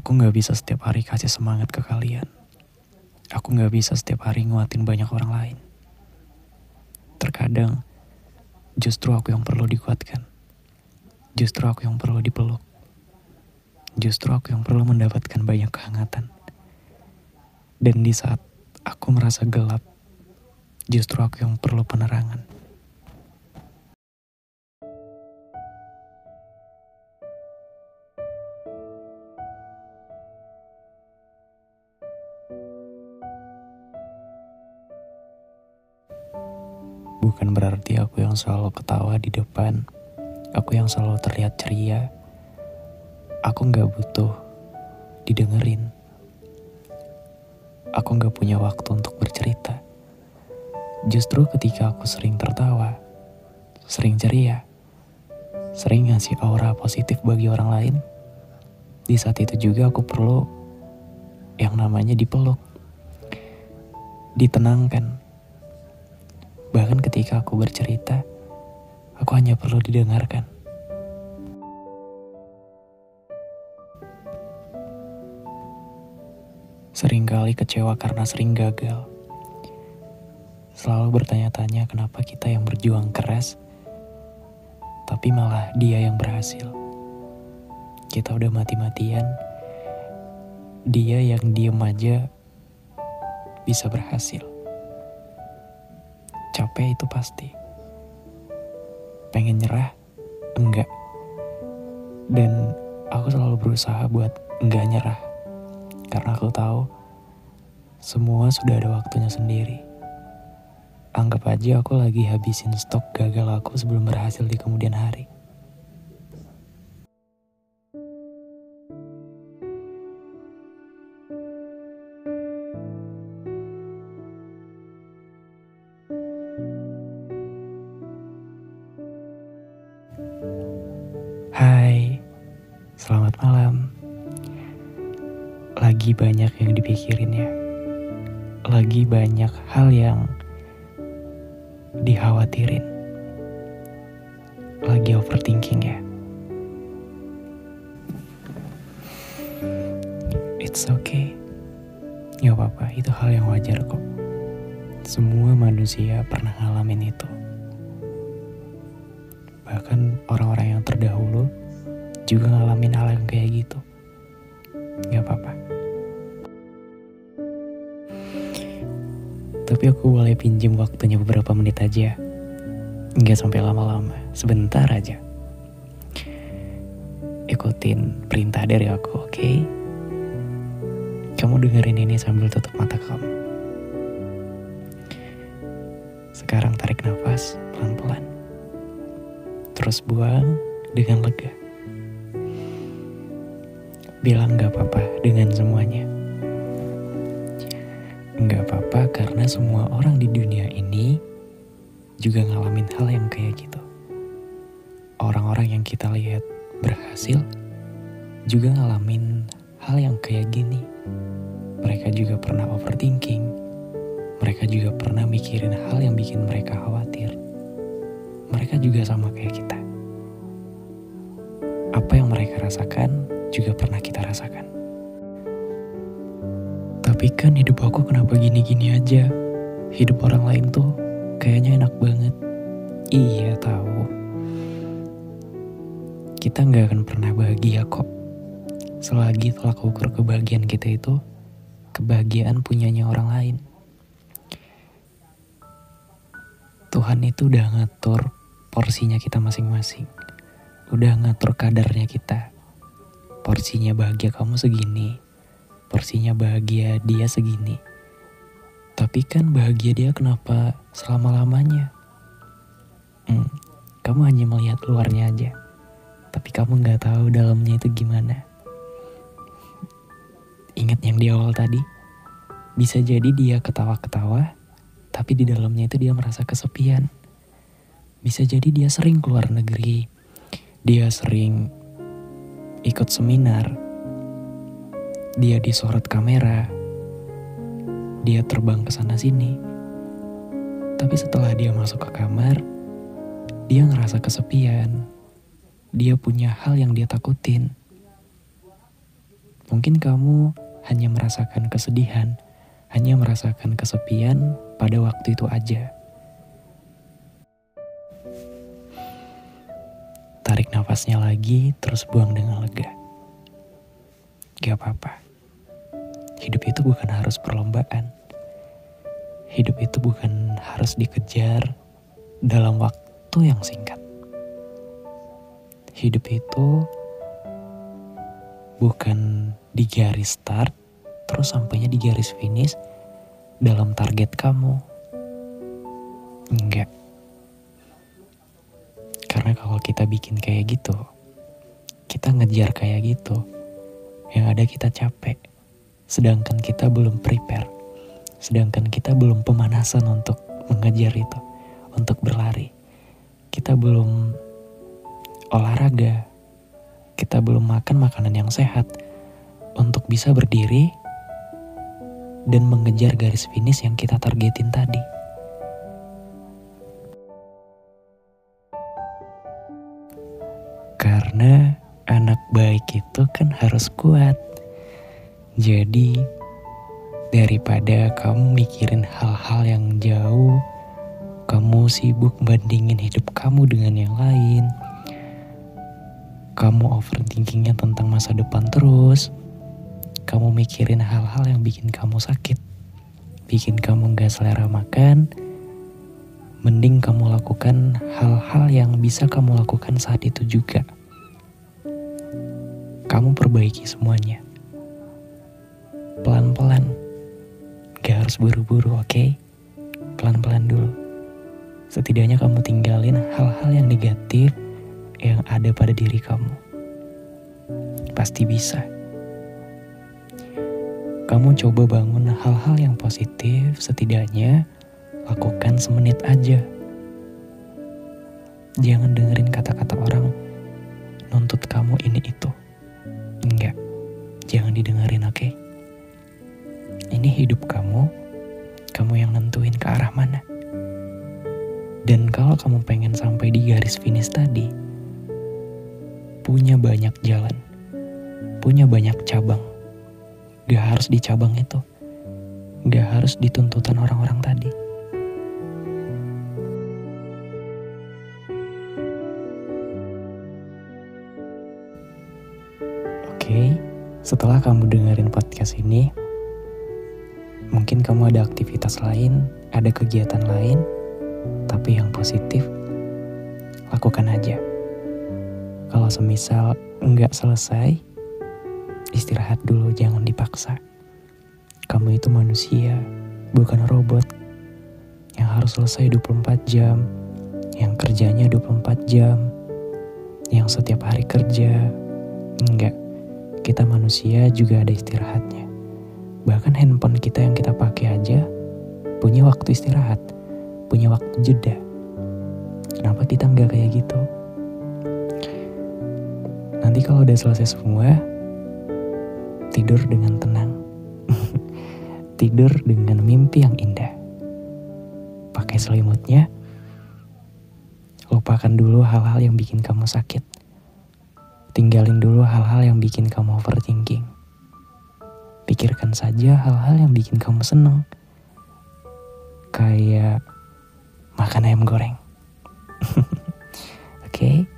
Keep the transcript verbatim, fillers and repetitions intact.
Aku gak bisa setiap hari kasih semangat ke kalian. Aku gak bisa setiap hari nguatin banyak orang lain. Terkadang, justru aku yang perlu dikuatkan. Justru aku yang perlu dipeluk. Justru aku yang perlu mendapatkan banyak kehangatan. Dan di saat aku merasa gelap, justru aku yang perlu penerangan. Bukan berarti aku yang selalu ketawa di depan, aku yang selalu terlihat ceria. Aku gak butuh didengerin. Aku gak punya waktu untuk bercerita. Justru ketika aku sering tertawa, sering ceria, sering ngasih aura positif bagi orang lain, di saat itu juga aku perlu yang namanya dipeluk, ditenangkan. Bahkan ketika aku bercerita, aku hanya perlu didengarkan. Seringkali kecewa karena sering gagal. Selalu bertanya-tanya kenapa kita yang berjuang keras, tapi malah dia yang berhasil. Kita udah mati-matian, dia yang diem aja bisa berhasil. Capek itu pasti. Pengen nyerah? Enggak. Dan aku selalu berusaha buat enggak nyerah. Karena aku tahu semua sudah ada waktunya sendiri. Anggap aja aku lagi habisin stok gagal aku sebelum berhasil di kemudian hari. Hai, selamat malam. Lagi banyak yang dipikirin ya. Lagi banyak hal yang dikhawatirin. Lagi overthinking ya. It's okay. Gak apa-apa, itu hal yang wajar kok. Semua manusia pernah ngalamin itu. Bahkan orang-orang yang terdahulu juga ngalamin hal yang kayak gitu. Gak apa-apa. Tapi aku boleh pinjem waktunya beberapa menit aja. Gak sampai lama-lama, sebentar aja. Ikutin perintah dari aku, oke? Okay? Kamu dengerin ini sambil tutup mata kamu. Sekarang tarik nafas pelan-pelan. Terus buang dengan lega. Bilang gak apa-apa dengan semuanya. Gak apa-apa karena semua orang di dunia ini juga ngalamin hal yang kayak gitu. Orang-orang yang kita lihat berhasil juga ngalamin hal yang kayak gini. Mereka juga pernah overthinking. Mereka juga pernah mikirin hal yang bikin mereka khawatir. Mereka juga sama kayak kita. Apa yang mereka rasakan juga pernah kita rasakan. Tapi kan hidup aku kenapa gini-gini aja? Hidup orang lain tuh kayaknya enak banget. Iya tahu. Kita gak akan pernah bahagia kok. Selagi tolak ukur kebahagiaan kita itu kebahagiaan punyanya orang lain. Tuhan itu udah ngatur porsinya kita masing-masing. Udah ngatur kadarnya kita. Porsinya bahagia kamu segini. Porsinya bahagia dia segini. Tapi kan bahagia dia kenapa selama-lamanya? Hmm, kamu hanya melihat luarnya aja. Tapi kamu gak tahu dalamnya itu gimana. Ingat yang di awal tadi? Bisa jadi dia ketawa-ketawa, tapi di dalamnya itu dia merasa kesepian. Bisa jadi dia sering keluar negeri. Dia sering ikut seminar. Dia disorot kamera. Dia terbang ke sana sini. Tapi setelah dia masuk ke kamar, dia ngerasa kesepian. Dia punya hal yang dia takutin. Mungkin kamu hanya merasakan kesedihan, hanya merasakan kesepian pada waktu itu aja. Tarik nafasnya lagi, terus buang dengan lega. Gak apa-apa. Hidup itu bukan harus perlombaan. Hidup itu bukan harus dikejar dalam waktu yang singkat. Hidup itu bukan di garis start, terus sampainya di garis finish dalam target kamu. Enggak. Karena kalau kita bikin kayak gitu, kita ngejar kayak gitu, yang ada kita capek. Sedangkan kita belum prepare. Sedangkan kita belum pemanasan untuk mengejar itu, untuk berlari. Kita belum olahraga. Kita belum makan makanan yang sehat untuk bisa berdiri dan mengejar garis finish yang kita targetin tadi. Karena anak baik itu kan harus kuat. Jadi daripada kamu mikirin hal-hal yang jauh, kamu sibuk bandingin hidup kamu dengan yang lain, kamu overthinkingnya tentang masa depan terus, kamu mikirin hal-hal yang bikin kamu sakit, bikin kamu gak selera makan, mending kamu lakukan hal-hal yang bisa kamu lakukan saat itu juga. Kamu perbaiki semuanya. Pelan-pelan. Gak harus buru-buru, oke? Okay? Pelan-pelan dulu. Setidaknya kamu tinggalin hal-hal yang negatif yang ada pada diri kamu. Pasti bisa. Kamu coba bangun hal-hal yang positif, setidaknya lakukan semenit aja. Jangan dengerin kata-kata orang nuntut kamu ini itu. Enggak, jangan didengerin, oke? Okay? Ini hidup kamu, kamu yang nentuin ke arah mana. Dan kalau kamu pengen sampai di garis finish tadi, punya banyak jalan, punya banyak cabang. Gak harus di cabang itu, gak harus di tuntutan orang-orang tadi. Oke, setelah kamu dengerin podcast ini, mungkin kamu ada aktivitas lain, ada kegiatan lain, tapi yang positif, lakukan aja. Kalau semisal enggak selesai, istirahat dulu, jangan dipaksa. Kamu itu manusia, bukan robot, yang harus selesai dua puluh empat jam, yang kerjanya dua puluh empat jam, yang setiap hari kerja. Enggak. Kita manusia juga ada istirahatnya. Bahkan handphone kita yang kita pakai aja punya waktu istirahat, punya waktu jeda. Kenapa kita nggak kayak gitu? Nanti kalau udah selesai semua, tidur dengan tenang. Tidur dengan mimpi yang indah. Pakai selimutnya. Lupakan dulu hal-hal yang bikin kamu sakit. Tinggalin dulu hal-hal yang bikin kamu overthinking. Pikirkan saja hal-hal yang bikin kamu seneng. Kayak makan ayam goreng. Oke? Okay?